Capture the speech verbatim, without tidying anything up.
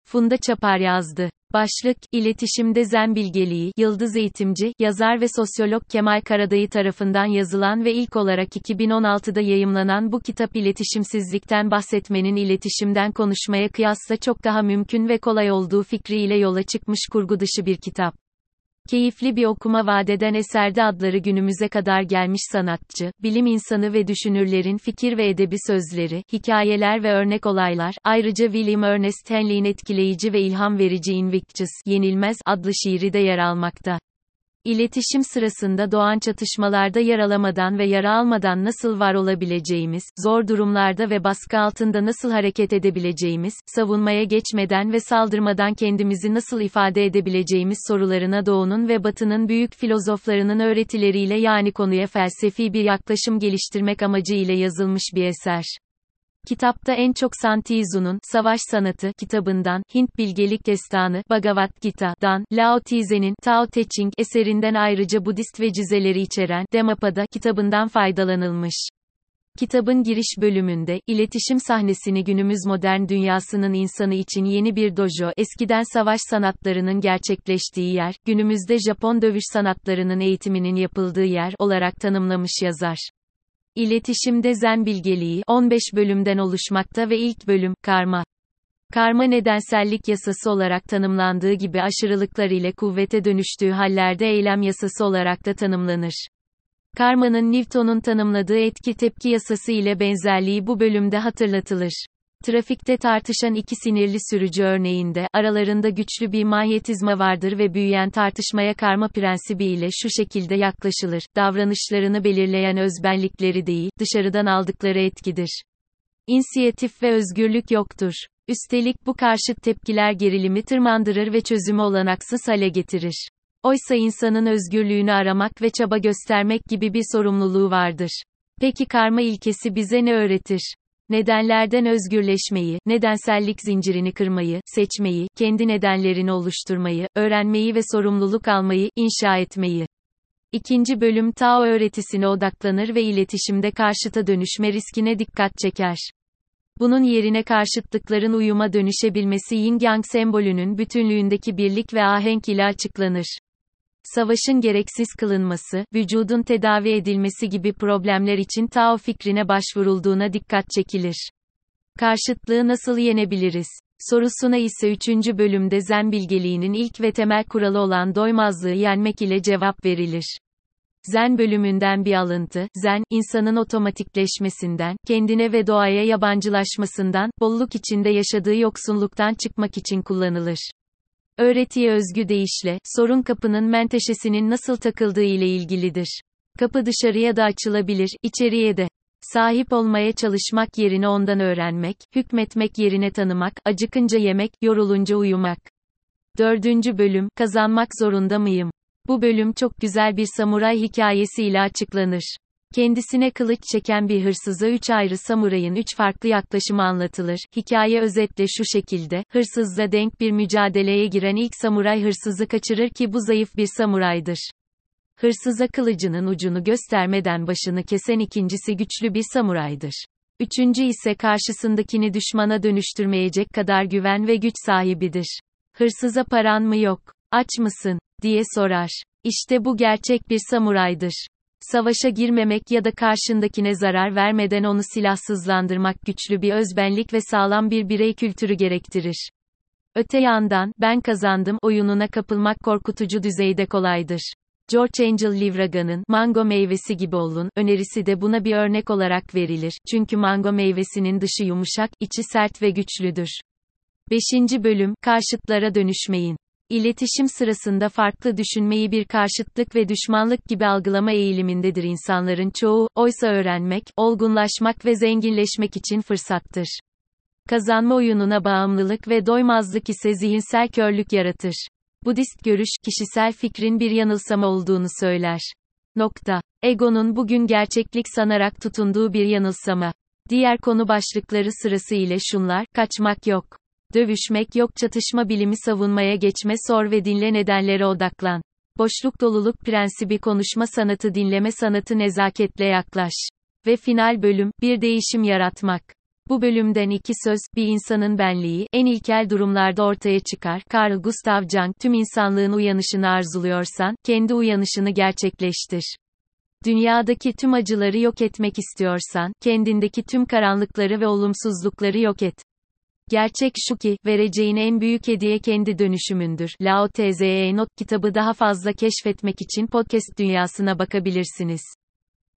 Funda Çapar yazdı. Başlık, İletişimde Zen Bilgeliği, Yıldız Eğitimci, yazar ve sosyolog Kemal Karadayı tarafından yazılan ve ilk olarak iki bin on altıda yayımlanan bu kitap iletişimsizlikten bahsetmenin iletişimden konuşmaya kıyasla çok daha mümkün ve kolay olduğu fikriyle yola çıkmış kurgu dışı bir kitap. Keyifli bir okuma vaat eden eserde adları günümüze kadar gelmiş sanatçı, bilim insanı ve düşünürlerin fikir ve edebi sözleri, hikayeler ve örnek olaylar, ayrıca William Ernest Henley'in etkileyici ve ilham verici Invictus, Yenilmez adlı şiiri de yer almakta. İletişim sırasında doğan çatışmalarda yaralamadan ve yara almadan nasıl var olabileceğimiz, zor durumlarda ve baskı altında nasıl hareket edebileceğimiz, savunmaya geçmeden ve saldırmadan kendimizi nasıl ifade edebileceğimiz sorularına Doğu'nun ve Batı'nın büyük filozoflarının öğretileriyle yani konuya felsefi bir yaklaşım geliştirmek amacı ile yazılmış bir eser. Kitapta en çok Sun Tzu'nun Savaş Sanatı kitabından, Hint Bilgelik Destanı Bhagavad Gita'dan, Lao Tzu'nun Tao Te Ching eserinden ayrıca Budist vecizeleri içeren Dhammapada kitabından faydalanılmış. Kitabın giriş bölümünde, iletişim sahnesini günümüz modern dünyasının insanı için yeni bir dojo, eskiden savaş sanatlarının gerçekleştiği yer, günümüzde Japon dövüş sanatlarının eğitiminin yapıldığı yer olarak tanımlamış yazar. İletişimde Zen Bilgeliği, on beş bölümden oluşmakta ve ilk bölüm, karma. Karma nedensellik yasası olarak tanımlandığı gibi aşırılıklar ile kuvvete dönüştüğü hallerde eylem yasası olarak da tanımlanır. Karmanın Newton'un tanımladığı etki-tepki yasası ile benzerliği bu bölümde hatırlatılır. Trafikte tartışan iki sinirli sürücü örneğinde, aralarında güçlü bir manyetizma vardır ve büyüyen tartışmaya karma prensibi ile şu şekilde yaklaşılır, davranışlarını belirleyen özbenlikleri değil, dışarıdan aldıkları etkidir. İnisiyatif ve özgürlük yoktur. Üstelik bu karşıt tepkiler gerilimi tırmandırır ve çözümü olanaksız hale getirir. Oysa insanın özgürlüğünü aramak ve çaba göstermek gibi bir sorumluluğu vardır. Peki karma ilkesi bize ne öğretir? Nedenlerden özgürleşmeyi, nedensellik zincirini kırmayı, seçmeyi, kendi nedenlerini oluşturmayı, öğrenmeyi ve sorumluluk almayı, inşa etmeyi. İkinci bölüm Tao öğretisine odaklanır ve iletişimde karşıta dönüşme riskine dikkat çeker. Bunun yerine karşıtlıkların uyuma dönüşebilmesi Yin-Yang sembolünün bütünlüğündeki birlik ve ahenk ile açıklanır. Savaşın gereksiz kılınması, vücudun tedavi edilmesi gibi problemler için Tao fikrine başvurulduğuna dikkat çekilir. Karşıtlığı nasıl yenebiliriz? Sorusuna ise üçüncü bölümde Zen bilgeliğinin ilk ve temel kuralı olan doymazlığı yenmek ile cevap verilir. Zen bölümünden bir alıntı, Zen, insanın otomatikleşmesinden, kendine ve doğaya yabancılaşmasından, bolluk içinde yaşadığı yoksunluktan çıkmak için kullanılır. Öğretiye özgü deyişle, sorun kapının menteşesinin nasıl takıldığı ile ilgilidir. Kapı dışarıya da açılabilir, içeriye de. Sahip olmaya çalışmak yerine ondan öğrenmek, hükmetmek yerine tanımak, acıkınca yemek, yorulunca uyumak. Dördüncü bölüm, kazanmak zorunda mıyım? Bu bölüm çok güzel bir samuray hikayesiyle açıklanır. Kendisine kılıç çeken bir hırsıza üç ayrı samurayın üç farklı yaklaşımı anlatılır. Hikaye özetle şu şekilde, hırsızla denk bir mücadeleye giren ilk samuray hırsızı kaçırır ki bu zayıf bir samuraydır. Hırsıza kılıcının ucunu göstermeden başını kesen ikincisi güçlü bir samuraydır. Üçüncü ise karşısındakini düşmana dönüştürmeyecek kadar güven ve güç sahibidir. Hırsıza paran mı yok, aç mısın, diye sorar. İşte bu gerçek bir samuraydır. Savaşa girmemek ya da karşındakine zarar vermeden onu silahsızlandırmak güçlü bir özbenlik ve sağlam bir birey kültürü gerektirir. Öte yandan, ben kazandım oyununa kapılmak korkutucu düzeyde kolaydır. George Angel Livraga'nın mango meyvesi gibi olun önerisi de buna bir örnek olarak verilir. Çünkü mango meyvesinin dışı yumuşak, içi sert ve güçlüdür. beşinci bölüm, karşıtlara dönüşmeyin. İletişim sırasında farklı düşünmeyi bir karşıtlık ve düşmanlık gibi algılama eğilimindedir insanların çoğu, oysa öğrenmek, olgunlaşmak ve zenginleşmek için fırsattır. Kazanma oyununa bağımlılık ve doymazlık ise zihinsel körlük yaratır. Budist görüş, kişisel fikrin bir yanılsama olduğunu söyler. Nokta. Egonun bugün gerçeklik sanarak tutunduğu bir yanılsama. Diğer konu başlıkları sırası ile şunlar, kaçmak yok. Dövüşmek yok, çatışma bilimi savunmaya geçme, sor ve dinle, nedenlere odaklan. Boşluk doluluk prensibi, konuşma sanatı, dinleme sanatı, nezaketle yaklaş. Ve final bölüm, bir değişim yaratmak. Bu bölümden iki söz, bir insanın benliği, en ilkel durumlarda ortaya çıkar. Carl Gustav Jung, tüm insanlığın uyanışını arzuluyorsan, kendi uyanışını gerçekleştir. Dünyadaki tüm acıları yok etmek istiyorsan, kendindeki tüm karanlıkları ve olumsuzlukları yok et. Gerçek şu ki, vereceğin en büyük hediye kendi dönüşümündür. Lao Tze Not kitabı daha fazla keşfetmek için podcast dünyasına bakabilirsiniz.